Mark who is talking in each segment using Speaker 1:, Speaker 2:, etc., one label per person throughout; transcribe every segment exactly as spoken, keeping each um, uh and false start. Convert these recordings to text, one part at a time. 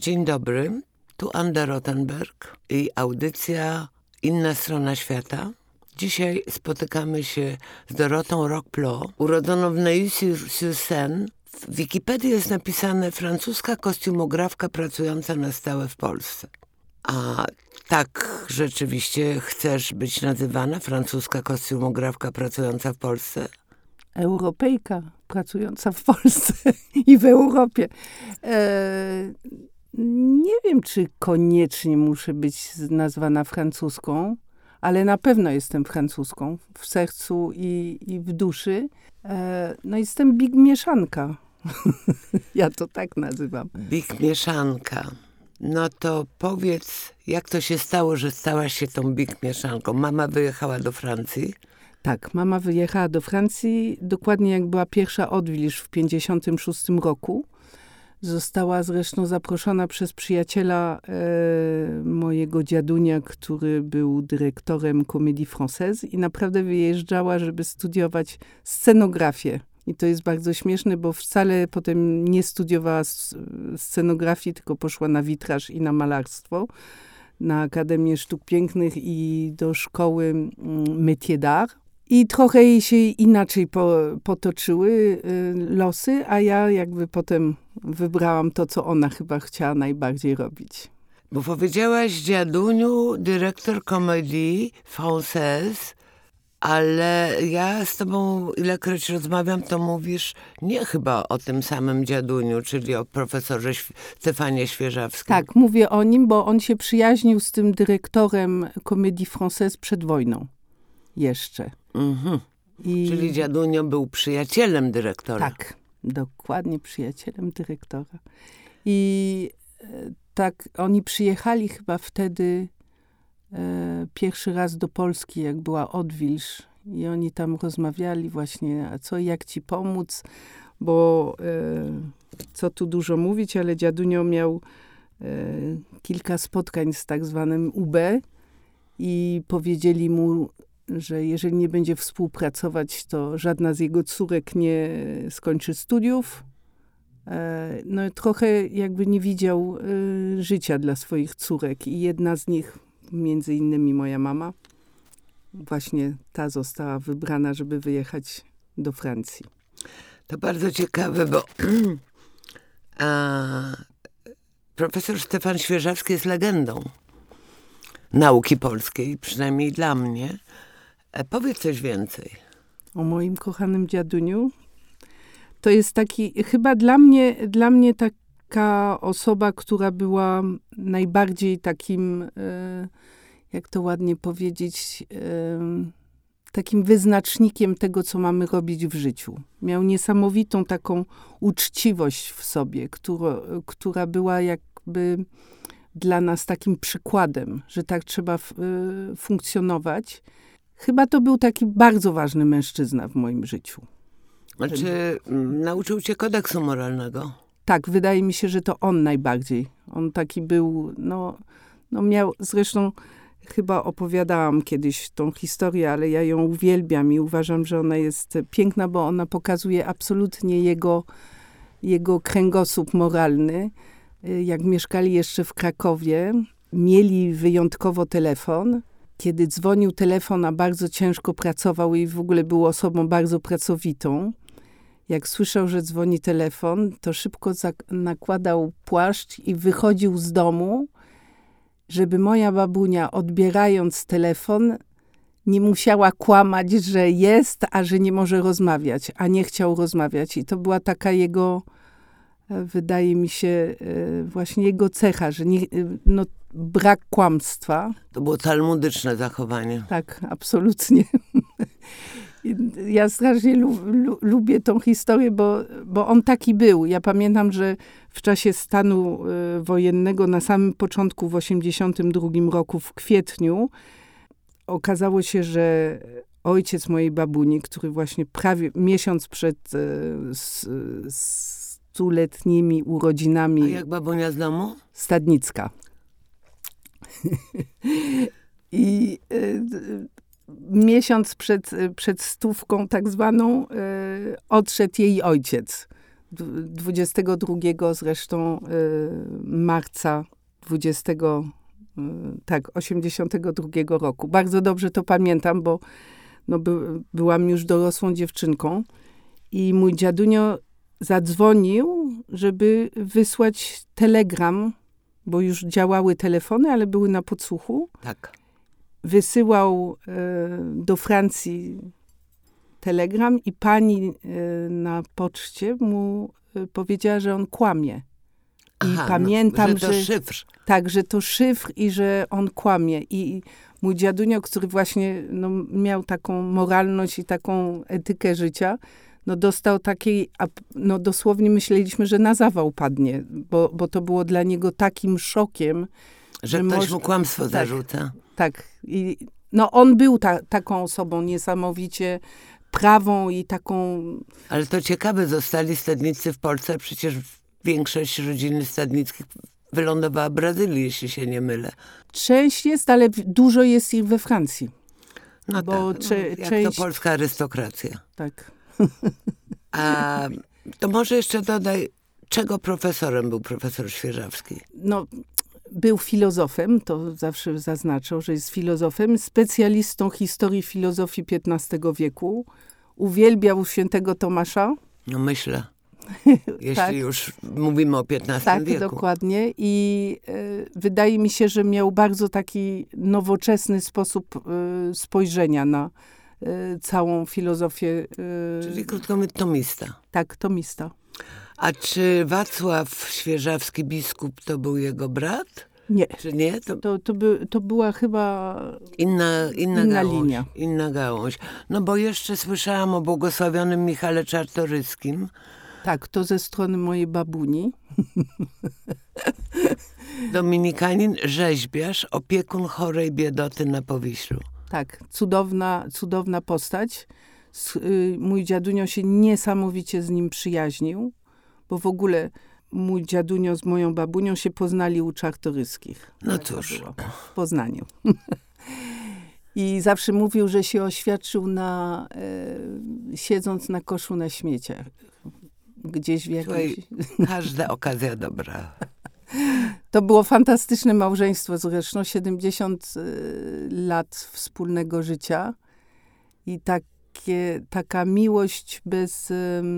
Speaker 1: Dzień dobry, tu Anda Rothenberg i audycja Inna strona świata. Dzisiaj spotykamy się z Dorotą Roqueplat, urodzoną w Neuilly-sur-Seine. W Wikipedii jest napisane francuska kostiumografka pracująca na stałe w Polsce. A tak rzeczywiście chcesz być nazywana? Francuska kostiumografka pracująca w Polsce?
Speaker 2: Europejka pracująca w Polsce i w Europie. E, nie wiem, czy koniecznie muszę być nazwana francuską, ale na pewno jestem francuską w sercu i, i w duszy. E, no jestem big mieszanka. Ja to tak nazywam.
Speaker 1: Big mieszanka. No to powiedz, jak to się stało, że stałaś się tą big mieszanką? Mama wyjechała do Francji?
Speaker 2: Tak, mama wyjechała do Francji, dokładnie jak była pierwsza odwilż w pięćdziesiątym szóstym roku. Została zresztą zaproszona przez przyjaciela e, mojego dziadunia, który był dyrektorem Comédie Française i naprawdę wyjeżdżała, żeby studiować scenografię. I to jest bardzo śmieszne, bo wcale potem nie studiowała scenografii, tylko poszła na witraż i na malarstwo, na Akademię Sztuk Pięknych i do szkoły Métiers d'Art. I trochę jej się inaczej po, potoczyły y, losy, a ja jakby potem wybrałam to, co ona chyba chciała najbardziej robić.
Speaker 1: Bo powiedziałaś dziaduniu, dyrektor Comédie Française, ale ja z tobą ilekroć rozmawiam, to mówisz nie chyba o tym samym dziaduniu, czyli o profesorze Stefanie Świeżawskim.
Speaker 2: Tak, mówię o nim, bo on się przyjaźnił z tym dyrektorem Comédie Française przed wojną. Jeszcze.
Speaker 1: Mhm.
Speaker 2: I...
Speaker 1: Czyli dziadunio był przyjacielem dyrektora.
Speaker 2: Tak, dokładnie przyjacielem dyrektora. I e, tak, oni przyjechali chyba wtedy e, pierwszy raz do Polski, jak była odwilż. I oni tam rozmawiali właśnie, a co, jak ci pomóc? Bo e, co tu dużo mówić, ale dziadunio miał e, kilka spotkań z tak zwanym U B i powiedzieli mu, że jeżeli nie będzie współpracować, to żadna z jego córek nie skończy studiów. No trochę jakby nie widział życia dla swoich córek i jedna z nich, między innymi moja mama, właśnie ta została wybrana, żeby wyjechać do Francji.
Speaker 1: To bardzo ciekawe, bo a, profesor Stefan Świeżawski jest legendą nauki polskiej, przynajmniej dla mnie. Powiedz coś więcej.
Speaker 2: O moim kochanym dziaduniu. To jest taki, chyba dla mnie, dla mnie taka osoba, która była najbardziej takim, jak to ładnie powiedzieć, takim wyznacznikiem tego, co mamy robić w życiu. Miał niesamowitą taką uczciwość w sobie, która, która była jakby dla nas takim przykładem, że tak trzeba f- funkcjonować. Chyba to był taki bardzo ważny mężczyzna w moim życiu.
Speaker 1: Znaczy, nauczył cię kodeksu moralnego?
Speaker 2: Tak, wydaje mi się, że to on najbardziej. On taki był, no, no miał, zresztą chyba opowiadałam kiedyś tą historię, ale ja ją uwielbiam i uważam, że ona jest piękna, bo ona pokazuje absolutnie jego, jego kręgosłup moralny. Jak mieszkali jeszcze w Krakowie, mieli wyjątkowo telefon. Kiedy dzwonił telefon, a bardzo ciężko pracował i w ogóle był osobą bardzo pracowitą, jak słyszał, że dzwoni telefon, to szybko zak- nakładał płaszcz i wychodził z domu, żeby moja babunia, odbierając telefon, nie musiała kłamać, że jest, a że nie może rozmawiać, a nie chciał rozmawiać. I to była taka jego, wydaje mi się, właśnie jego cecha, że nie, no, brak kłamstwa.
Speaker 1: To było talmudyczne zachowanie.
Speaker 2: Tak, absolutnie. Ja strasznie lu, lu, lubię tą historię, bo, bo on taki był. Ja pamiętam, że w czasie stanu y, wojennego na samym początku w osiemdziesiątym drugim roku w kwietniu okazało się, że ojciec mojej babuni, który właśnie prawie miesiąc przed y, s, stuletnimi urodzinami...
Speaker 1: A jak babunia z domu?
Speaker 2: Stadnicka. I y, miesiąc przed, przed stówką tak zwaną y, odszedł jej ojciec dwudziestego drugiego zresztą marca dwudziestego tak, osiemdziesiątego drugiego roku. Bardzo dobrze to pamiętam, bo no, by, byłam już dorosłą dziewczynką i mój dziadunio zadzwonił, żeby wysłać telegram, bo już działały telefony, ale były na podsłuchu.
Speaker 1: Tak.
Speaker 2: Wysyłał e, do Francji telegram i pani e, na poczcie mu e, powiedziała, że on kłamie. I
Speaker 1: Aha,
Speaker 2: pamiętam,
Speaker 1: no, że to
Speaker 2: że,
Speaker 1: szyfr.
Speaker 2: Tak, że to szyfr i że on kłamie. I mój dziadunio, który właśnie no, miał taką moralność i taką etykę życia, no dostał takiej, no dosłownie myśleliśmy, że na zawał padnie, bo, bo to było dla niego takim szokiem.
Speaker 1: Że, że ktoś mu kłamstwo
Speaker 2: tak,
Speaker 1: zarzuca.
Speaker 2: Tak. I, no on był ta, taką osobą niesamowicie prawą i taką...
Speaker 1: Ale to ciekawe, zostali stadnicy w Polsce, przecież większość rodziny stadnickich wylądowała w Brazylii, jeśli się nie mylę.
Speaker 2: Część jest, ale dużo jest ich we Francji.
Speaker 1: No
Speaker 2: bo
Speaker 1: tak,
Speaker 2: cze,
Speaker 1: no, jak
Speaker 2: część...
Speaker 1: to polska arystokracja.
Speaker 2: Tak.
Speaker 1: A to może jeszcze dodaj, czego profesorem był profesor Świeżawski?
Speaker 2: No, był filozofem, to zawsze zaznaczał, że jest filozofem, specjalistą historii filozofii piętnastego wieku. Uwielbiał świętego Tomasza.
Speaker 1: No myślę. Jeśli
Speaker 2: tak.
Speaker 1: już mówimy o piętnastym
Speaker 2: tak,
Speaker 1: wieku.
Speaker 2: Tak, dokładnie. I y, wydaje mi się, że miał bardzo taki nowoczesny sposób y, spojrzenia na y, całą filozofię. Y,
Speaker 1: Czyli krótko mówiąc, tomista.
Speaker 2: Tak, tomista.
Speaker 1: A czy Wacław Świeżawski, biskup, to był jego brat?
Speaker 2: Nie.
Speaker 1: Czy nie? To,
Speaker 2: to, to, by, to była chyba
Speaker 1: inna, inna,
Speaker 2: inna
Speaker 1: gałąź,
Speaker 2: linia.
Speaker 1: Inna gałąź. No bo jeszcze słyszałam o błogosławionym Michale Czartoryskim.
Speaker 2: Tak, to ze strony mojej babuni.
Speaker 1: Dominikanin, rzeźbiarz, opiekun chorej biedoty na Powiślu.
Speaker 2: Tak, cudowna, cudowna postać. S, y, mój dziadunio się niesamowicie z nim przyjaźnił, bo w ogóle mój dziadunio z moją babunią się poznali u Czartoryskich.
Speaker 1: No
Speaker 2: tak
Speaker 1: cóż.
Speaker 2: w Poznaniu. I zawsze mówił, że się oświadczył na, e, siedząc na koszu na śmieciach. Gdzieś w jakimś...
Speaker 1: Słuchaj, każda okazja dobra.
Speaker 2: To było fantastyczne małżeństwo zresztą, siedemdziesiąt lat wspólnego życia i takie, taka miłość bez,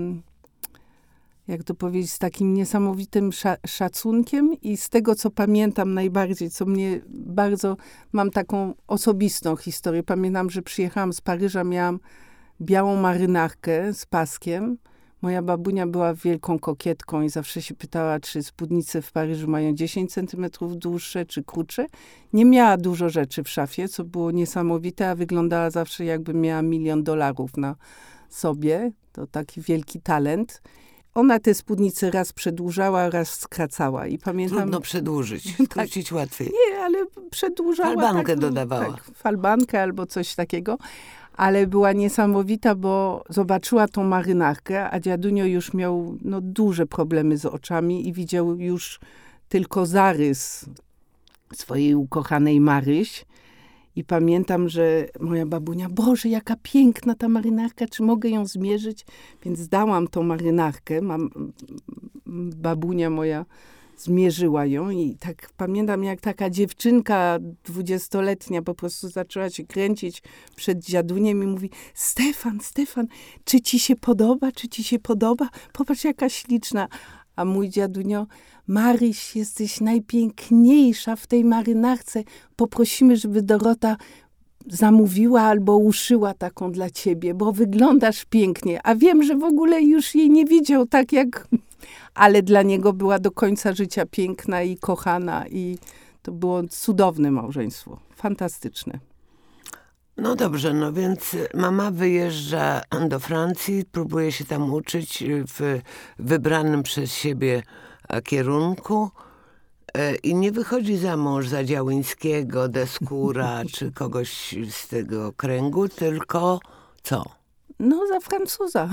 Speaker 2: jak to powiedzieć, z takim niesamowitym sza- szacunkiem i z tego, co pamiętam najbardziej, co mnie bardzo, mam taką osobistą historię. Pamiętam, że przyjechałam z Paryża, miałam białą marynarkę z paskiem. Moja babunia była wielką kokietką i zawsze się pytała, czy spódnice w Paryżu mają dziesięć centymetrów dłuższe, czy krótsze. Nie miała dużo rzeczy w szafie, co było niesamowite, a wyglądała zawsze, jakby miała milion dolarów na sobie. To taki wielki talent. Ona te spódnice raz przedłużała, raz skracała. I pamiętam...
Speaker 1: Trudno przedłużyć, skrócić tak, łatwiej.
Speaker 2: Nie, ale przedłużała.
Speaker 1: Falbankę
Speaker 2: tak,
Speaker 1: dodawała.
Speaker 2: Tak, falbankę albo coś takiego. Ale była niesamowita, bo zobaczyła tą marynarkę, a dziadunio już miał no, duże problemy z oczami i widział już tylko zarys swojej ukochanej Maryś. I pamiętam, że moja babunia, Boże, jaka piękna ta marynarka, czy mogę ją zmierzyć? Więc dałam tą marynarkę, mam, babunia moja zmierzyła ją i tak pamiętam, jak taka dziewczynka dwudziestoletnia po prostu zaczęła się kręcić przed dziaduniem i mówi: Stefan, Stefan, czy ci się podoba, czy ci się podoba? Popatrz, jaka śliczna. A mój dziadunio: Maryś, jesteś najpiękniejsza w tej marynarce. Poprosimy, żeby Dorota zamówiła albo uszyła taką dla ciebie, bo wyglądasz pięknie. A wiem, że w ogóle już jej nie widział tak jak... Ale dla niego była do końca życia piękna i kochana i to było cudowne małżeństwo. Fantastyczne.
Speaker 1: No dobrze, no więc mama wyjeżdża do Francji, próbuje się tam uczyć w wybranym przez siebie kierunku i nie wychodzi za mąż za Działyńskiego, Deskura czy kogoś z tego kręgu, tylko co?
Speaker 2: No za Francuza.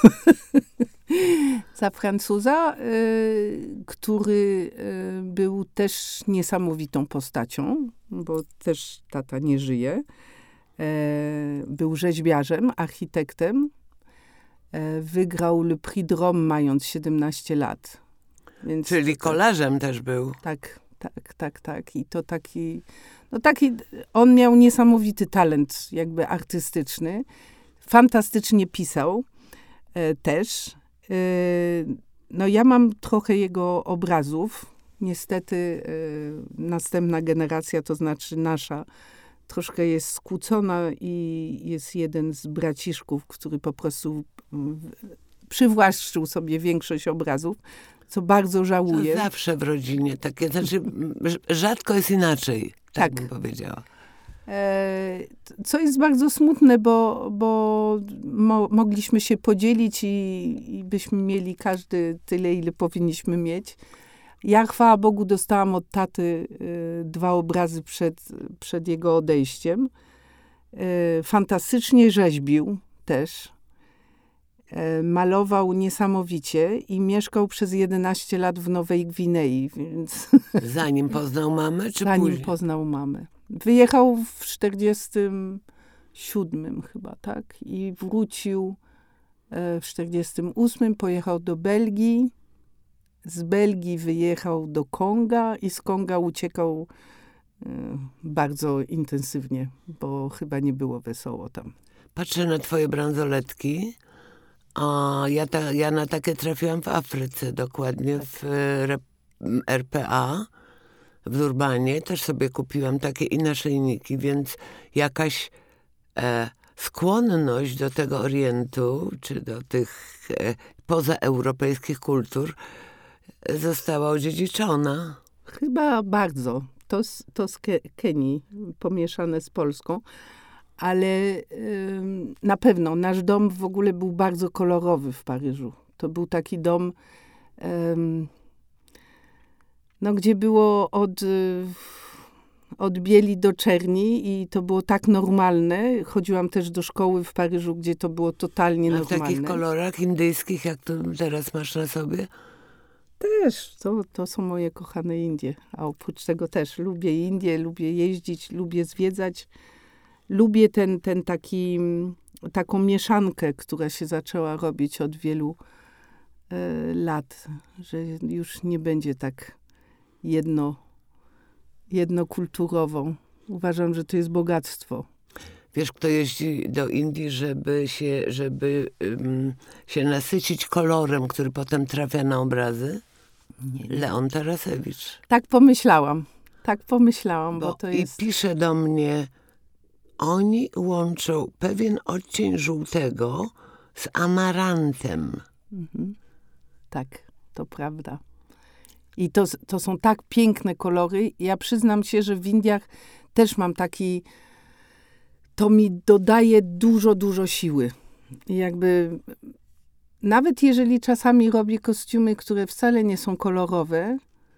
Speaker 2: za Francuza, y, który y, był też niesamowitą postacią, bo też tata nie żyje. E, był rzeźbiarzem, architektem. e, wygrał Le Prix de Rome mając siedemnaście lat. Więc
Speaker 1: Czyli
Speaker 2: to,
Speaker 1: kolarzem też był.
Speaker 2: Tak, tak, tak, tak. I to taki, no taki, on miał niesamowity talent jakby artystyczny. Fantastycznie pisał e, też. E, no ja mam trochę jego obrazów. Niestety e, następna generacja, to znaczy nasza, troszkę jest skłócona i jest jeden z braciszków, który po prostu przywłaszczył sobie większość obrazów, co bardzo żałuję.
Speaker 1: To zawsze w rodzinie takie, znaczy rzadko jest inaczej, tak, tak bym powiedziała.
Speaker 2: E, co jest bardzo smutne, bo, bo mo, mogliśmy się podzielić i, i byśmy mieli każdy tyle, ile powinniśmy mieć. Ja, chwała Bogu, dostałam od taty y, dwa obrazy przed, przed jego odejściem. Y, fantastycznie rzeźbił też. Y, malował niesamowicie i mieszkał przez jedenaście lat w Nowej Gwinei. Więc
Speaker 1: zanim poznał mamę, czy
Speaker 2: zanim
Speaker 1: później?
Speaker 2: poznał mamę. Wyjechał w czterdziestym siódmym chyba, tak? I wrócił y, w czterdziestym ósmym. Pojechał do Belgii. Z Belgii wyjechał do Konga i z Konga uciekał y, bardzo intensywnie, bo chyba nie było wesoło tam.
Speaker 1: Patrzę na twoje bransoletki, a ja, ta, ja na takie trafiłam w Afryce, dokładnie tak. w R P A w Durbanie. Też sobie kupiłam takie i naszyjniki, więc jakaś e, skłonność do tego Orientu, czy do tych e, pozaeuropejskich kultur została odziedziczona.
Speaker 2: Chyba bardzo. To z, to z Ke- Kenii, pomieszane z Polską. Ale y, na pewno nasz dom w ogóle był bardzo kolorowy w Paryżu. To był taki dom, y, no, gdzie było od, y, od bieli do czerni i to było tak normalne. Chodziłam też do szkoły w Paryżu, gdzie to było totalnie
Speaker 1: A
Speaker 2: normalne.
Speaker 1: w takich kolorach indyjskich, jak to teraz masz na sobie?
Speaker 2: Też, to, to są moje kochane Indie. A oprócz tego też lubię Indie, lubię jeździć, lubię zwiedzać. Lubię ten, ten taki, taką mieszankę, która się zaczęła robić od wielu e, lat, że już nie będzie tak jedno, jednokulturową. Uważam, że to jest bogactwo.
Speaker 1: Wiesz, kto jeździ do Indii, żeby się, żeby um, się nasycić kolorem, który potem trafia na obrazy?
Speaker 2: Nie, nie.
Speaker 1: Leon Tarasewicz.
Speaker 2: Tak pomyślałam. Tak pomyślałam, bo,
Speaker 1: bo
Speaker 2: to
Speaker 1: i
Speaker 2: jest...
Speaker 1: pisze do mnie, oni łączą pewien odcień żółtego z amarantem.
Speaker 2: Mhm. Tak, to prawda. I to, to są tak piękne kolory. Ja przyznam się, że w Indiach też mam taki... To mi dodaje dużo, dużo siły. I jakby... Nawet jeżeli czasami robię kostiumy, które wcale nie są kolorowe,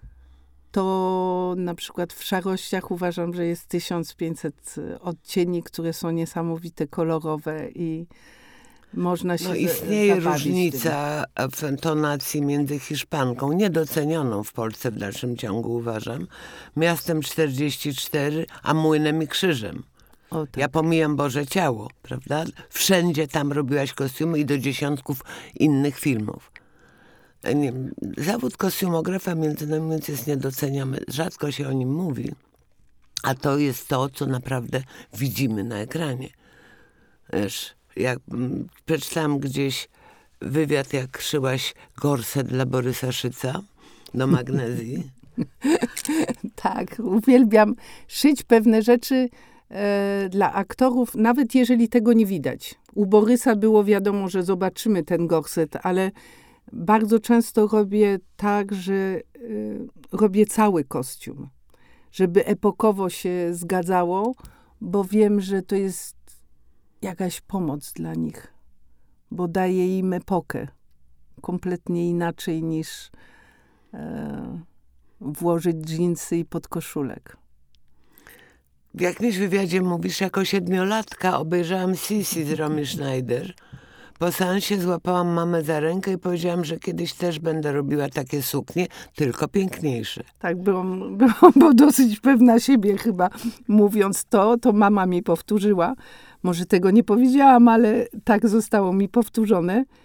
Speaker 2: to na przykład w szarościach uważam, że jest tysiąc pięćset odcieni, które są niesamowite, kolorowe i można się
Speaker 1: No
Speaker 2: z-
Speaker 1: istnieje
Speaker 2: zabawić
Speaker 1: różnica w tonacji między Hiszpanką, niedocenioną w Polsce w dalszym ciągu uważam, miastem czterdzieści cztery, a Młynem i Krzyżem.
Speaker 2: O, tak.
Speaker 1: Ja pomijam Boże Ciało, prawda? Wszędzie tam robiłaś kostiumy i do dziesiątków innych filmów. Nie, zawód kostiumografa między nami więc jest niedoceniamy. Rzadko się o nim mówi. A to jest to, co naprawdę widzimy na ekranie. Wiesz, jak mm, przeczytałam gdzieś wywiad, jak szyłaś gorset dla Borysa Szyca do Magnezji.
Speaker 2: Tak, uwielbiam szyć pewne rzeczy e, dla aktorów, nawet jeżeli tego nie widać. U Borysa było wiadomo, że zobaczymy ten gorset, ale bardzo często robię tak, że y, robię cały kostium, żeby epokowo się zgadzało, bo wiem, że to jest jakaś pomoc dla nich, bo daje im epokę kompletnie inaczej niż e, włożyć dżinsy i podkoszulek.
Speaker 1: W jakimś wywiadzie mówisz, jako siedmiolatka obejrzałam Sisi z Romy Schneider. Po seansie złapałam mamę za rękę i powiedziałam, że kiedyś też będę robiła takie suknie, tylko piękniejsze.
Speaker 2: Tak, byłam, byłam bo dosyć pewna siebie chyba, mówiąc to, to mama mi powtórzyła. Może tego nie powiedziałam, ale tak zostało mi powtórzone.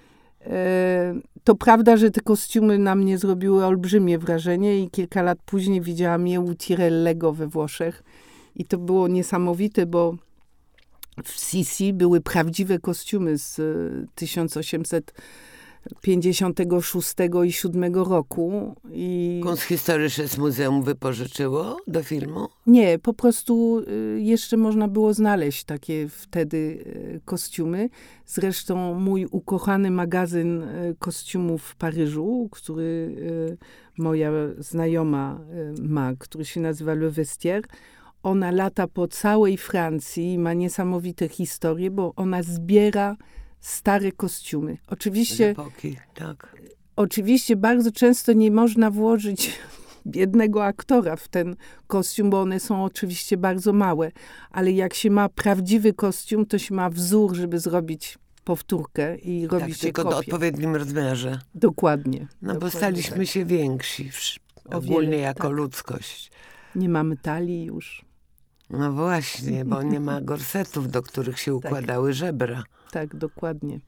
Speaker 2: E, to prawda, że te kostiumy na mnie zrobiły olbrzymie wrażenie i kilka lat później widziałam je u Tirellego we Włoszech. I to było niesamowite, bo w Sisi były prawdziwe kostiumy z tysiąc osiemset pięćdziesiątego szóstego i siódmego roku. I
Speaker 1: Kunsthistorisches Muzeum wypożyczyło do filmu?
Speaker 2: nie, po prostu y, jeszcze można było znaleźć takie wtedy y, kostiumy. Zresztą mój ukochany magazyn y, kostiumów w Paryżu, który y, moja znajoma y, ma, który się nazywa Le Vestiaire, ona lata po całej Francji i ma niesamowite historie, bo ona zbiera stare kostiumy. Oczywiście,
Speaker 1: epoki, tak.
Speaker 2: oczywiście bardzo często nie można włożyć jednego aktora w ten kostium, bo one są oczywiście bardzo małe. Ale jak się ma prawdziwy kostium, to się ma wzór, żeby zrobić powtórkę i
Speaker 1: Tak,
Speaker 2: robić
Speaker 1: tylko
Speaker 2: kopię.
Speaker 1: w odpowiednim rozmiarze.
Speaker 2: Dokładnie.
Speaker 1: No
Speaker 2: Dokładnie
Speaker 1: bo staliśmy
Speaker 2: tak.
Speaker 1: się więksi, w-
Speaker 2: O
Speaker 1: ogólnie
Speaker 2: wiele,
Speaker 1: jako
Speaker 2: tak.
Speaker 1: ludzkość.
Speaker 2: Nie mamy talii już.
Speaker 1: No właśnie, bo nie ma gorsetów, do których się układały żebra.
Speaker 2: Tak, dokładnie.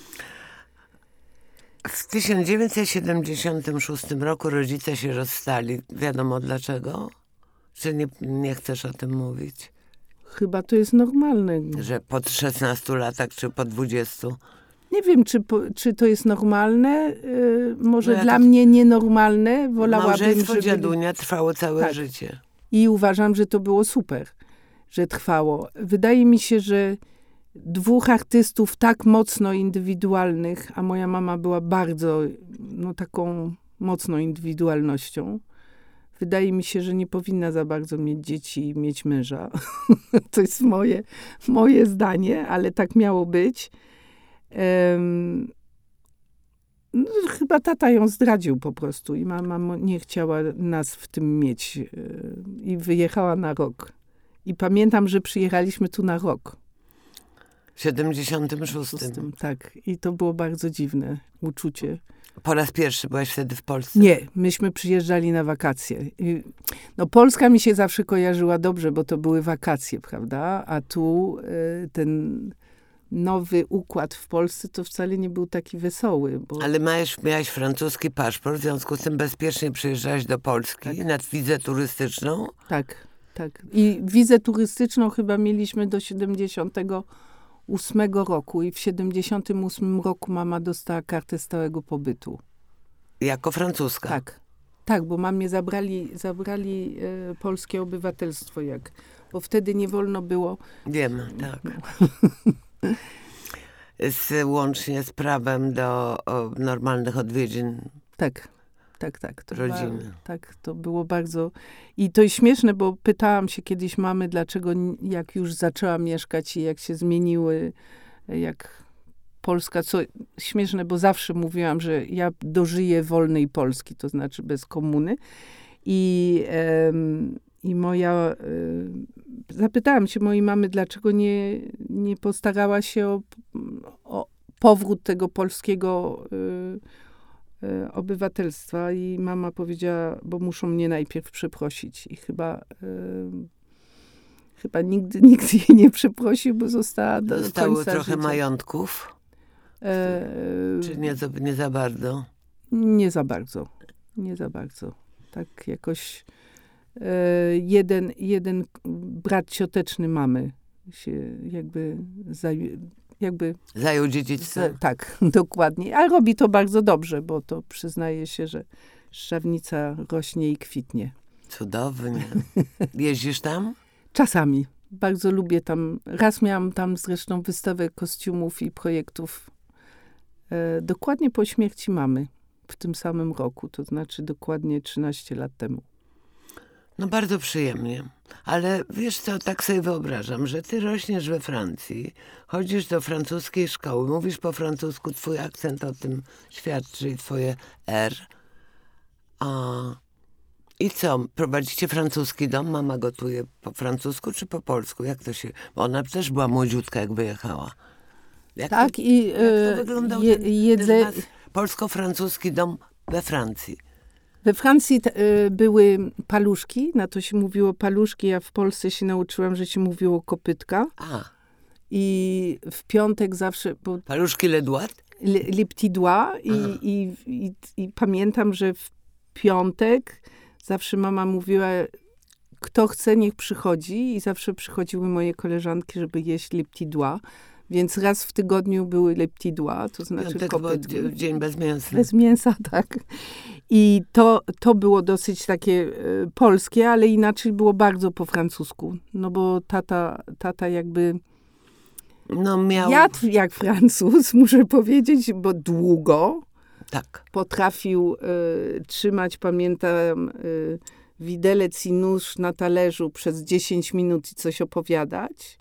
Speaker 1: W tysiąc dziewięćset siedemdziesiątym szóstym roku rodzice się rozstali. Wiadomo dlaczego? Czy nie, nie chcesz o tym mówić?
Speaker 2: Chyba to jest normalne.
Speaker 1: Że po szesnastu latach, czy po dwudziestu?
Speaker 2: Nie wiem, czy, po, czy to jest normalne. Yy, może
Speaker 1: No ja
Speaker 2: dla
Speaker 1: to-
Speaker 2: mnie nienormalne. Wolałabym,
Speaker 1: Małżeństwo
Speaker 2: żeby...
Speaker 1: dziadunia trwało całe
Speaker 2: Tak.
Speaker 1: życie.
Speaker 2: I uważam, że to było super, że trwało. Wydaje mi się, że dwóch artystów tak mocno indywidualnych, a moja mama była bardzo, no taką mocną indywidualnością. Wydaje mi się, że nie powinna za bardzo mieć dzieci i mieć męża. To jest moje, moje zdanie, ale tak miało być. Em, no, chyba tata ją zdradził po prostu i mama mo- nie chciała nas w tym mieć yy, i wyjechała na rok. I pamiętam, że przyjechaliśmy tu na rok.
Speaker 1: W siedemdziesiątym szóstym.
Speaker 2: Szóstym, tak. I to było bardzo dziwne uczucie.
Speaker 1: Po raz pierwszy byłaś wtedy w Polsce?
Speaker 2: Nie, myśmy przyjeżdżali na wakacje. I, no Polska mi się zawsze kojarzyła dobrze, bo to były wakacje, prawda? A tu y, ten nowy układ w Polsce to wcale nie był taki wesoły. Bo...
Speaker 1: Ale miałeś, miałeś francuski paszport, w związku z tym bezpiecznie przyjeżdżałaś do Polski
Speaker 2: Tak.
Speaker 1: na wizę turystyczną.
Speaker 2: Tak, tak. I wizę turystyczną chyba mieliśmy do siedemdziesiątego ósmego roku i w siedemdziesiątym ósmym roku mama dostała kartę stałego pobytu.
Speaker 1: Jako francuska.
Speaker 2: Tak, tak, bo mamie zabrali, zabrali e, polskie obywatelstwo, jak, bo wtedy nie wolno było.
Speaker 1: Wiem, tak. Z, łącznie z prawem do o, normalnych odwiedzin
Speaker 2: Tak, tak, tak. To
Speaker 1: rodziny.
Speaker 2: Ba, tak, to było bardzo... I to jest śmieszne, bo pytałam się kiedyś mamy, dlaczego n- jak już zaczęła mieszkać i jak się zmieniły, jak Polska, co śmieszne, bo zawsze mówiłam, że ja dożyję wolnej Polski, to znaczy bez komuny. I, em, i moja... em, zapytałam się mojej mamy, dlaczego nie, nie postarała się o, o powrót tego polskiego y, y, obywatelstwa. I mama powiedziała, bo muszą mnie najpierw przeprosić. I chyba... Y, chyba nigdy, nigdy jej nie przeprosił, bo została do
Speaker 1: Zostało
Speaker 2: końca
Speaker 1: trochę
Speaker 2: życia.
Speaker 1: majątków?
Speaker 2: E,
Speaker 1: Czy nie, za- nie za bardzo?
Speaker 2: Nie za bardzo. Nie za bardzo. Tak jakoś e, jeden, jeden brat cioteczny mamy się jakby zaj, jakby
Speaker 1: Zajął dziedzictwem?
Speaker 2: za, tak, dokładnie. A robi to bardzo dobrze, bo to przyznaje się, że szczawnica rośnie i kwitnie.
Speaker 1: Cudownie. Jeździsz tam?
Speaker 2: Czasami. Bardzo lubię tam. Raz miałam tam zresztą wystawę kostiumów i projektów e, dokładnie po śmierci mamy. W tym samym roku, to znaczy dokładnie trzynaście lat temu.
Speaker 1: No bardzo przyjemnie. Ale wiesz co, tak sobie wyobrażam, że ty rośniesz we Francji, chodzisz do francuskiej szkoły, mówisz po francusku, twój akcent o tym świadczy i twoje R. A... I co, prowadzicie francuski dom? Mama gotuje po francusku czy po polsku? Jak to się... Bo ona też była młodziutka, jak wyjechała. Jak
Speaker 2: Tak,
Speaker 1: to,
Speaker 2: i
Speaker 1: jak to
Speaker 2: e,
Speaker 1: wyglądał
Speaker 2: je,
Speaker 1: ten,
Speaker 2: jedze,
Speaker 1: ten polsko-francuski dom we Francji?
Speaker 2: we Francji t, e, były paluszki, na to się mówiło paluszki, a w Polsce się nauczyłam, że się mówiło kopytka.
Speaker 1: A,
Speaker 2: I w piątek zawsze, bo
Speaker 1: paluszki ledłat?
Speaker 2: Le Petit Doigt i, i, i, i pamiętam, że w piątek zawsze mama mówiła, kto chce, niech przychodzi i zawsze przychodziły moje koleżanki, żeby jeść Le Petit Doigt. Więc raz w tygodniu były Le Petit Doigt, to znaczy
Speaker 1: Piątek
Speaker 2: kopytki.
Speaker 1: był dzień bez mięsa.
Speaker 2: Bez mięsa, tak. I to, to było dosyć takie y, polskie, ale inaczej było bardzo po francusku. No bo tata, tata jakby
Speaker 1: no, miał...
Speaker 2: jadł jak Francuz, muszę powiedzieć, bo długo.
Speaker 1: Tak.
Speaker 2: Potrafił y, trzymać, pamiętam, y, widelec i nóż na talerzu przez dziesięć minut i coś opowiadać.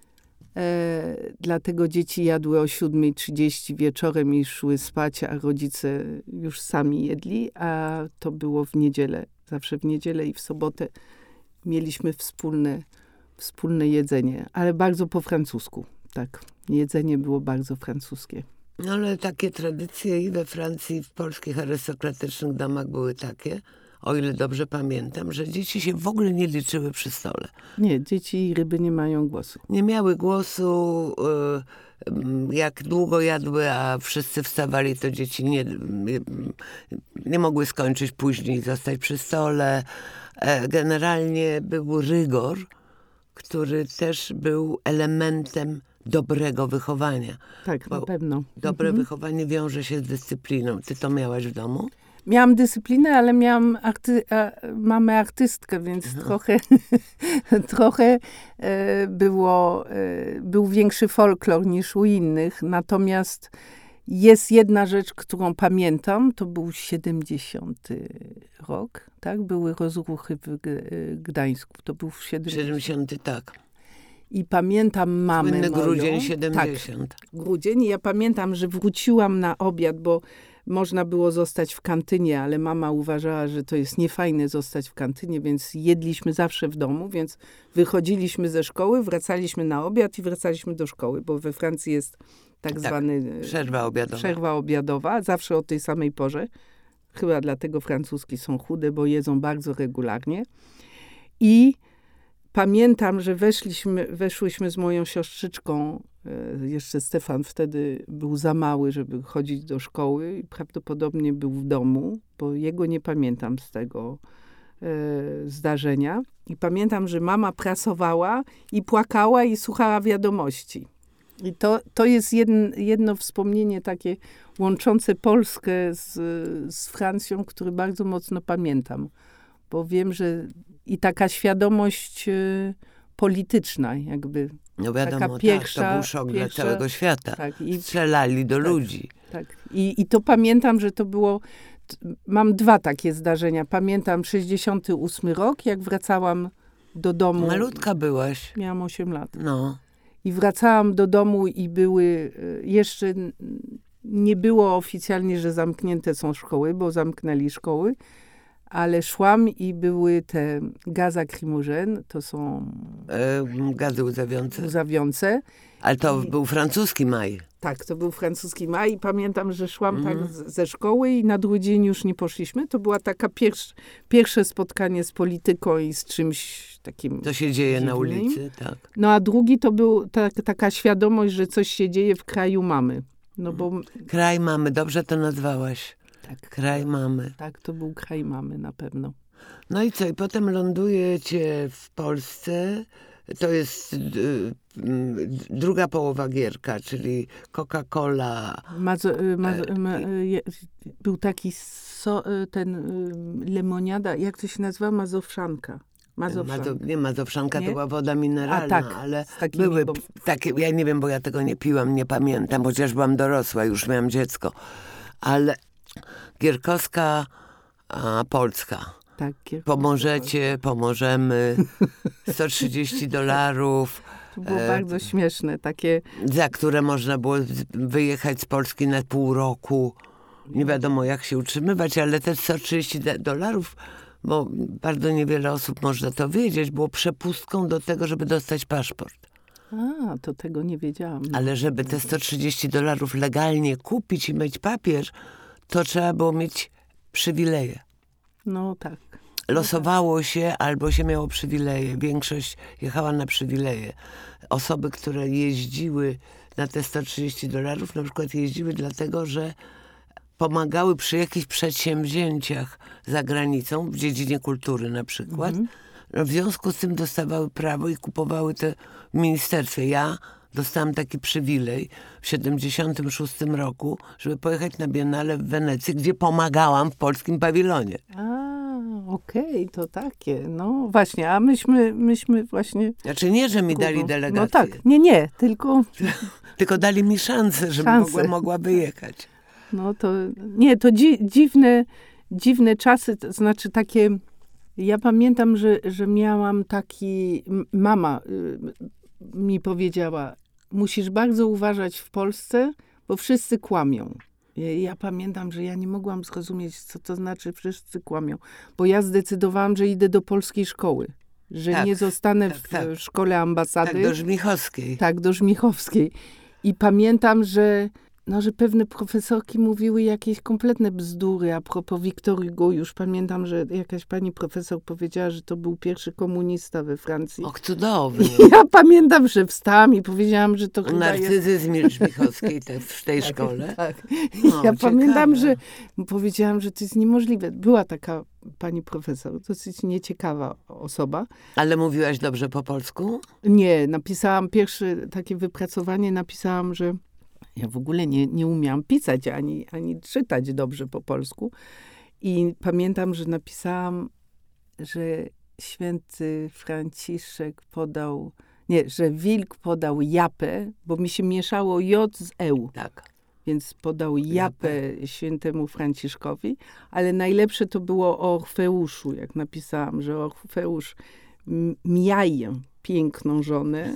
Speaker 2: E, dlatego dzieci jadły o siódma trzydzieści wieczorem i szły spać, a rodzice już sami jedli, a to było w niedzielę. Zawsze w niedzielę i w sobotę mieliśmy wspólne, wspólne jedzenie, ale bardzo po francusku. Tak, jedzenie było bardzo francuskie.
Speaker 1: No ale takie tradycje i we Francji, i w polskich arystokratycznych domach były takie, o ile dobrze pamiętam, że dzieci się w ogóle nie liczyły przy stole.
Speaker 2: Nie, dzieci i ryby nie mają głosu.
Speaker 1: Nie miały głosu, jak długo jadły, a wszyscy wstawali, to dzieci nie, nie mogły skończyć później i zostać przy stole. Generalnie był rygor, który też był elementem dobrego wychowania.
Speaker 2: Tak, na pewno.
Speaker 1: Dobre
Speaker 2: mhm.
Speaker 1: wychowanie wiąże się z dyscypliną. Ty to miałaś w domu?
Speaker 2: Miałam dyscyplinę, ale miałam arty a, mamę artystkę, więc mhm. trochę, trochę e, było, e, był większy folklor niż u innych. Natomiast jest jedna rzecz, którą pamiętam, to był siedemdziesiąty rok, tak? Były rozruchy w Gdańsku. To był siedemdziesiąty.
Speaker 1: siedemdziesiąty, tak.
Speaker 2: I pamiętam mamę
Speaker 1: Słynny
Speaker 2: moją.
Speaker 1: grudzień siedemdziesiąt.
Speaker 2: Tak, grudzień. I ja pamiętam, że wróciłam na obiad, bo można było zostać w kantynie, ale mama uważała, że to jest niefajne zostać w kantynie, więc jedliśmy zawsze w domu, więc wychodziliśmy ze szkoły, wracaliśmy na obiad i wracaliśmy do szkoły, bo we Francji jest tak, tak zwany
Speaker 1: przerwa obiadowa.
Speaker 2: przerwa obiadowa, zawsze o tej samej porze. Chyba dlatego francuski są chude, bo jedzą bardzo regularnie. I pamiętam, że weszliśmy, weszłyśmy z moją siostrzyczką, jeszcze Stefan wtedy był za mały, żeby chodzić do szkoły i prawdopodobnie był w domu, bo jego nie pamiętam z tego e, zdarzenia. I pamiętam, że mama prasowała i płakała i słuchała wiadomości. I to, to jest jedno, jedno wspomnienie takie łączące Polskę z, z Francją, które bardzo mocno pamiętam. Bo wiem, że i taka świadomość y, polityczna jakby.
Speaker 1: No wiadomo,
Speaker 2: taka pierwsza,
Speaker 1: tak, to był szok pierwsza, dla całego świata.
Speaker 2: Tak, i,
Speaker 1: Strzelali do
Speaker 2: tak,
Speaker 1: ludzi.
Speaker 2: Tak. I, I to pamiętam, że to było, t, mam dwa takie zdarzenia. Pamiętam sześćdziesiąty ósmy rok, jak wracałam do domu.
Speaker 1: Malutka byłaś.
Speaker 2: Miałam osiem lat.
Speaker 1: No.
Speaker 2: I wracałam do domu i były, jeszcze nie było oficjalnie, że zamknięte są szkoły, bo zamknęli szkoły. Ale szłam i były te gaz lacrymogène, to są...
Speaker 1: E, gazy łzawiące.
Speaker 2: Łzawiące.
Speaker 1: Ale to
Speaker 2: I,
Speaker 1: był francuski maj.
Speaker 2: Tak, to był francuski maj i pamiętam, że szłam
Speaker 1: Mhm.
Speaker 2: tak z, ze szkoły i na drugi dzień już nie poszliśmy. To była taka pierwsz, pierwsze spotkanie z polityką i z czymś takim...
Speaker 1: To się dzieje
Speaker 2: dziwnym.
Speaker 1: na ulicy, tak.
Speaker 2: No a drugi to był ta, taka świadomość, że coś się dzieje w kraju mamy. No bo...
Speaker 1: Kraj mamy, dobrze to nazwałaś.
Speaker 2: Tak.
Speaker 1: Kraj mamy.
Speaker 2: Tak, to był kraj mamy na pewno.
Speaker 1: No i co? I potem lądujecie w Polsce. To jest y, y, druga połowa Gierka, czyli Coca-Cola.
Speaker 2: Mazo, y, mazo, y, ma, y, był taki so, y, ten y, lemoniada, jak to się nazywa? Mazowszanka. Mazowszanka.
Speaker 1: Mazo, nie, mazowszanka
Speaker 2: nie?
Speaker 1: to była woda mineralna,
Speaker 2: A, tak,
Speaker 1: ale
Speaker 2: takimi,
Speaker 1: były
Speaker 2: bo...
Speaker 1: takie, ja nie wiem, bo ja tego nie piłam, nie pamiętam, chociaż byłam dorosła, już miałam dziecko. Ale gierkowska, a polska.
Speaker 2: Tak,
Speaker 1: Pomożecie, pomożemy. sto trzydzieści dolarów.
Speaker 2: To było
Speaker 1: e,
Speaker 2: bardzo śmieszne, takie...
Speaker 1: Za które można było wyjechać z Polski na pół roku. Nie wiadomo, jak się utrzymywać, ale te sto trzydzieści dolarów, bo bardzo niewiele osób można to wiedzieć, było przepustką do tego, żeby dostać paszport.
Speaker 2: A, to tego nie wiedziałam.
Speaker 1: Ale żeby te sto trzydzieści dolarów legalnie kupić i mieć papier, to trzeba było mieć przywileje.
Speaker 2: No tak.
Speaker 1: losowało się albo się miało przywileje. Większość jechała na przywileje. Osoby, które jeździły na te sto trzydzieści dolarów, na przykład jeździły dlatego, że pomagały przy jakichś przedsięwzięciach za granicą, w dziedzinie kultury na przykład. Mhm. No, w związku z tym dostawały prawo i kupowały te w ministerstwie. Ja dostałam taki przywilej w siedemdziesiątym szóstym roku, żeby pojechać na Biennale w Wenecji, gdzie pomagałam w polskim pawilonie.
Speaker 2: A, okej, okay, to takie. No właśnie, a myśmy, myśmy właśnie...
Speaker 1: Znaczy nie, że mi Kubu. dali delegację.
Speaker 2: No tak, nie, nie, tylko...
Speaker 1: tylko dali mi szansę, żebym mogła, mogła wyjechać.
Speaker 2: No to, nie, to dzi dziwne, dziwne czasy, to znaczy takie... Ja pamiętam, że, że miałam taki... Mama y, mi powiedziała, musisz bardzo uważać w Polsce, bo wszyscy kłamią. Ja, ja pamiętam, że ja nie mogłam zrozumieć, co to znaczy wszyscy kłamią. Bo ja zdecydowałam, że idę do polskiej szkoły. Że tak, nie zostanę tak, w, tak. w szkole ambasady.
Speaker 1: Tak, do Żmichowskiej.
Speaker 2: Tak, do Żmichowskiej. I pamiętam, że no, że pewne profesorki mówiły jakieś kompletne bzdury a propos Wiktor Hugo. Już pamiętam, że jakaś pani profesor powiedziała, że to był pierwszy komunista we Francji.
Speaker 1: Och, cudownie.
Speaker 2: Ja pamiętam, że wstałam i powiedziałam, że to chyba
Speaker 1: Narcyzyzm jest... Żmichowskiej te, w tej
Speaker 2: tak,
Speaker 1: szkole.
Speaker 2: Tak. No, ja ciekawe. Pamiętam, że powiedziałam, że to jest niemożliwe. Była taka pani profesor, dosyć nieciekawa osoba.
Speaker 1: Ale mówiłaś dobrze po polsku?
Speaker 2: Nie, napisałam pierwsze takie wypracowanie, napisałam, że ja w ogóle nie, nie umiałam pisać ani, ani czytać dobrze po polsku. I pamiętam, że napisałam, że święty Franciszek podał, nie, że wilk podał japę, bo mi się mieszało J z eł.
Speaker 1: Tak.
Speaker 2: Więc podał japę świętemu Franciszkowi, ale najlepsze to było o Orfeuszu, jak napisałam, że Orfeusz miaje piękną żonę,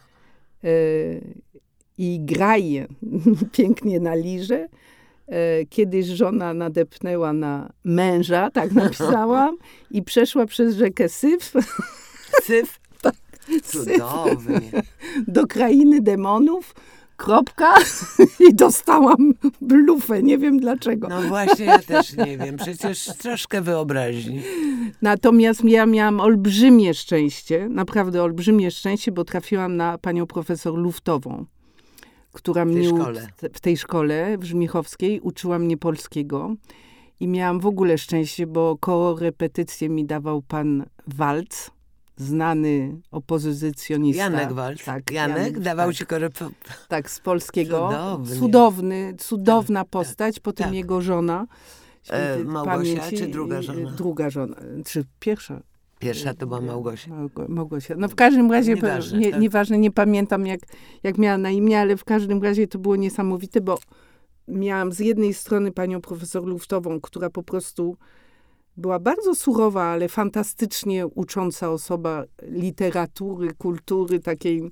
Speaker 2: y i graje pięknie na lirze. E, kiedyś żona nadepnęła na męża, tak napisałam, i przeszła przez rzekę Syf.
Speaker 1: Syf?
Speaker 2: Tak.
Speaker 1: Cudownie.
Speaker 2: Do krainy demonów. Kropka. I dostałam blufę. Nie wiem dlaczego.
Speaker 1: No właśnie, ja też nie wiem. Przecież troszkę wyobraźni.
Speaker 2: Natomiast ja miałam olbrzymie szczęście, naprawdę olbrzymie szczęście, bo trafiłam na panią profesor Luftową, która
Speaker 1: w tej,
Speaker 2: mnie
Speaker 1: szkole.
Speaker 2: w tej szkole w Żmichowskiej uczyła mnie polskiego i miałam w ogóle szczęście, bo koło repetycje mi dawał pan Walc, znany opozycjonista.
Speaker 1: Janek Walc. Tak, Janek, Janek dawał tak, ci korepetycję.
Speaker 2: Tak, z polskiego.
Speaker 1: Cudownie.
Speaker 2: Cudowny, cudowna
Speaker 1: tak,
Speaker 2: postać.
Speaker 1: Tak,
Speaker 2: Potem
Speaker 1: tak.
Speaker 2: jego żona.
Speaker 1: E, Małgosia, pamięci, czy druga żona?
Speaker 2: Druga żona, czy pierwsza.
Speaker 1: Pierwsza to była Małgosia.
Speaker 2: Małgo, Małgosia. No w każdym razie,
Speaker 1: nieważne,
Speaker 2: nie,
Speaker 1: tak?
Speaker 2: nieważne, nie pamiętam jak, jak miała na imię, ale w każdym razie to było niesamowite, bo miałam z jednej strony panią profesor Luftową, która po prostu była bardzo surowa, ale fantastycznie ucząca osoba literatury, kultury takiej.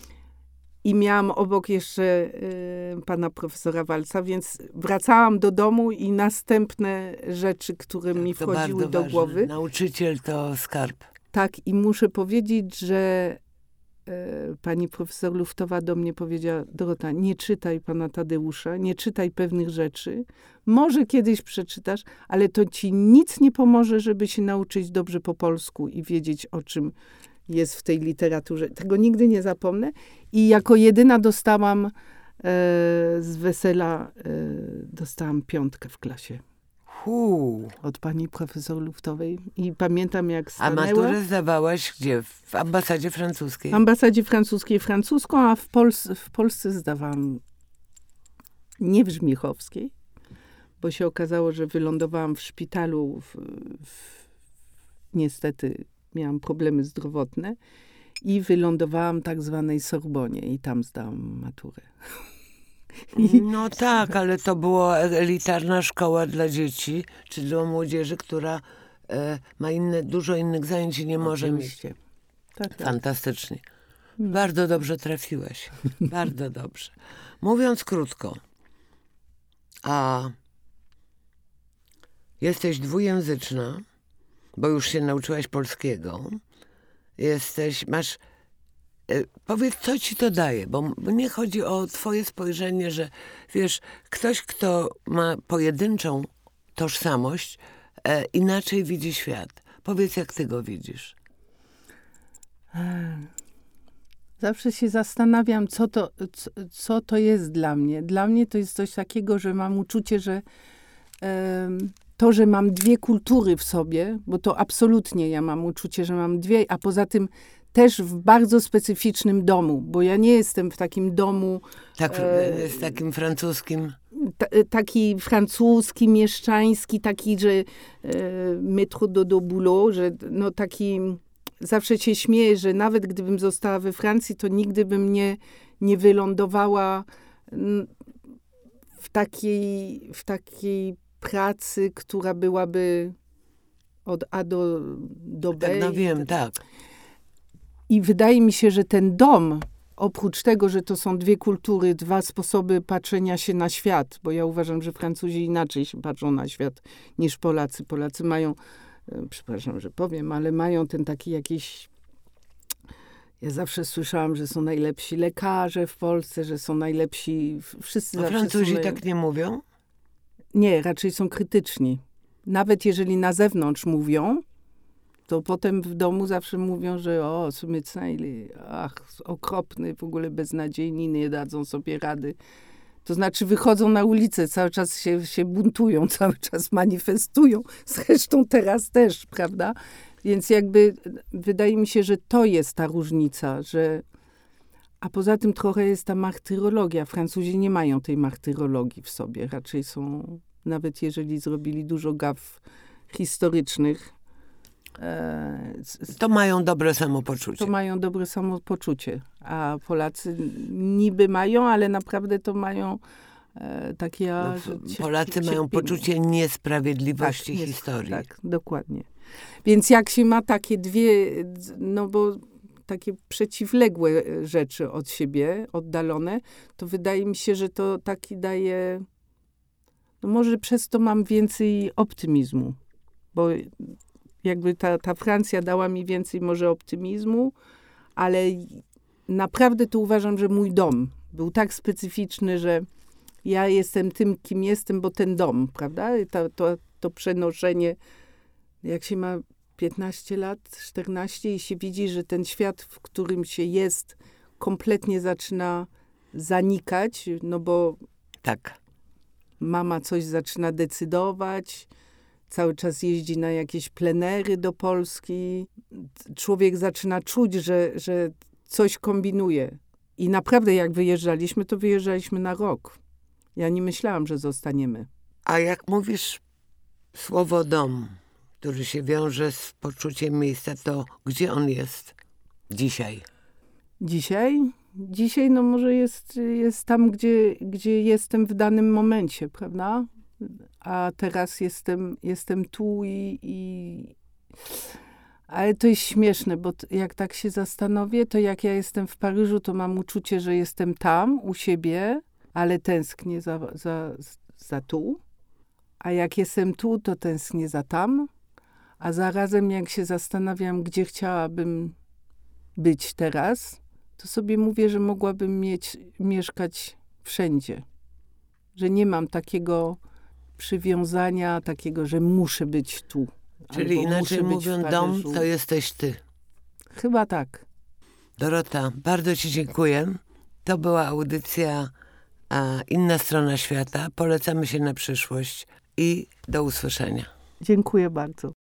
Speaker 2: I miałam obok jeszcze y, pana profesora Walca, więc wracałam do domu i następne rzeczy, które
Speaker 1: tak,
Speaker 2: mi wchodziły do
Speaker 1: ważne.
Speaker 2: głowy.
Speaker 1: Nauczyciel to skarb.
Speaker 2: Tak, i muszę powiedzieć, że y, pani profesor Luftowa do mnie powiedziała: Dorota, nie czytaj pana Tadeusza, nie czytaj pewnych rzeczy. Może kiedyś przeczytasz, ale to ci nic nie pomoże, żeby się nauczyć dobrze po polsku i wiedzieć, o czym jest w tej literaturze. Tego nigdy nie zapomnę. I jako jedyna dostałam e, z wesela, e, dostałam piątkę w klasie.
Speaker 1: Huu.
Speaker 2: Od pani profesor Luftowej. I pamiętam, jak stanęła...
Speaker 1: A maturę zdawałaś gdzie? W ambasadzie francuskiej?
Speaker 2: W ambasadzie francuskiej francuską, a w, Pols w Polsce zdawałam nie w Żmichowskiej, bo się okazało, że wylądowałam w szpitalu. W, w, niestety miałam problemy zdrowotne i wylądowałam w tak zwanej Sorbonie i tam zdałam maturę.
Speaker 1: I... No tak, ale to była elitarna szkoła dla dzieci, czy dla młodzieży, która e, ma inne, dużo innych zajęć i nie może
Speaker 2: Oczywiście.
Speaker 1: mieć.
Speaker 2: Tak, tak.
Speaker 1: Fantastycznie. Hmm. Bardzo dobrze trafiłeś. Bardzo dobrze. Mówiąc krótko, a jesteś dwujęzyczna, bo już się nauczyłaś polskiego. Jesteś, masz... E, powiedz, co ci to daje, bo mnie chodzi o twoje spojrzenie, że wiesz, ktoś, kto ma pojedynczą tożsamość, e, inaczej widzi świat. Powiedz, jak ty go widzisz.
Speaker 2: Zawsze się zastanawiam, co to, co, co to jest dla mnie. Dla mnie to jest coś takiego, że mam uczucie, że um, to, że mam dwie kultury w sobie, bo to absolutnie ja mam uczucie, że mam dwie, a poza tym też w bardzo specyficznym domu, bo ja nie jestem w takim domu...
Speaker 1: Tak, e, z takim francuskim...
Speaker 2: Ta, taki francuski, mieszczański, taki, że e, métro dodo boulot, że no taki... Zawsze się śmieję, że nawet gdybym została we Francji, to nigdy bym nie, nie wylądowała w takiej, w takiej pracy, która byłaby od A do, do B.
Speaker 1: Tak, no wiem, tak.
Speaker 2: I wydaje mi się, że ten dom, oprócz tego, że to są dwie kultury, dwa sposoby patrzenia się na świat, bo ja uważam, że Francuzi inaczej się patrzą na świat niż Polacy. Polacy mają, przepraszam, że powiem, ale mają ten taki jakiś... Ja zawsze słyszałam, że są najlepsi lekarze w Polsce, że są najlepsi... Wszyscy
Speaker 1: A
Speaker 2: zawsze
Speaker 1: Francuzi
Speaker 2: są...
Speaker 1: tak nie mówią?
Speaker 2: Nie, raczej są krytyczni. Nawet jeżeli na zewnątrz mówią, to potem w domu zawsze mówią, że o, ce médecin, ach, okropny, w ogóle beznadziejni, nie dadzą sobie rady. To znaczy wychodzą na ulicę, cały czas się, się buntują, cały czas manifestują. Zresztą teraz też, prawda? Więc jakby wydaje mi się, że to jest ta różnica, że... A poza tym trochę jest ta martyrologia. Francuzi nie mają tej martyrologii w sobie. Raczej są, nawet jeżeli zrobili dużo gaf historycznych, e,
Speaker 1: to mają dobre samopoczucie.
Speaker 2: To mają dobre samopoczucie. A Polacy niby mają, ale naprawdę to mają e, takie...
Speaker 1: No,
Speaker 2: że
Speaker 1: Polacy
Speaker 2: cierpienie.
Speaker 1: mają poczucie niesprawiedliwości
Speaker 2: tak,
Speaker 1: historii.
Speaker 2: Tak, dokładnie. Więc jak się ma takie dwie, no bo takie przeciwległe rzeczy od siebie, oddalone, to wydaje mi się, że to taki daje... No może przez to mam więcej optymizmu, bo jakby ta, ta Francja dała mi więcej może optymizmu, ale naprawdę to uważam, że mój dom był tak specyficzny, że ja jestem tym, kim jestem, bo ten dom, prawda? To, to, to przenoszenie, jak się ma piętnaście lat, czternaście i się widzi, że ten świat, w którym się jest, kompletnie zaczyna zanikać, no bo
Speaker 1: tak.
Speaker 2: Mama coś zaczyna decydować, cały czas jeździ na jakieś plenery do Polski. Człowiek zaczyna czuć, że, że coś kombinuje. I naprawdę jak wyjeżdżaliśmy, to wyjeżdżaliśmy na rok. Ja nie myślałam, że zostaniemy.
Speaker 1: A jak mówisz słowo dom, który się wiąże z poczuciem miejsca, to gdzie on jest dzisiaj?
Speaker 2: Dzisiaj? Dzisiaj no może jest, jest tam, gdzie, gdzie jestem w danym momencie, prawda? A teraz jestem, jestem tu i, i... Ale to jest śmieszne, bo t- jak tak się zastanowię, to jak ja jestem w Paryżu, to mam uczucie, że jestem tam, u siebie, ale tęsknię za, za, za tu. A jak jestem tu, to tęsknię za tam. A zarazem jak się zastanawiam, gdzie chciałabym być teraz, to sobie mówię, że mogłabym mieć, mieszkać wszędzie. Że nie mam takiego przywiązania, takiego, że muszę być tu.
Speaker 1: Czyli inaczej mówiąc, dom to jesteś ty.
Speaker 2: Chyba tak.
Speaker 1: Dorota, bardzo ci dziękuję. To była audycja a, Inna strona świata. Polecamy się na przyszłość i do usłyszenia.
Speaker 2: Dziękuję bardzo.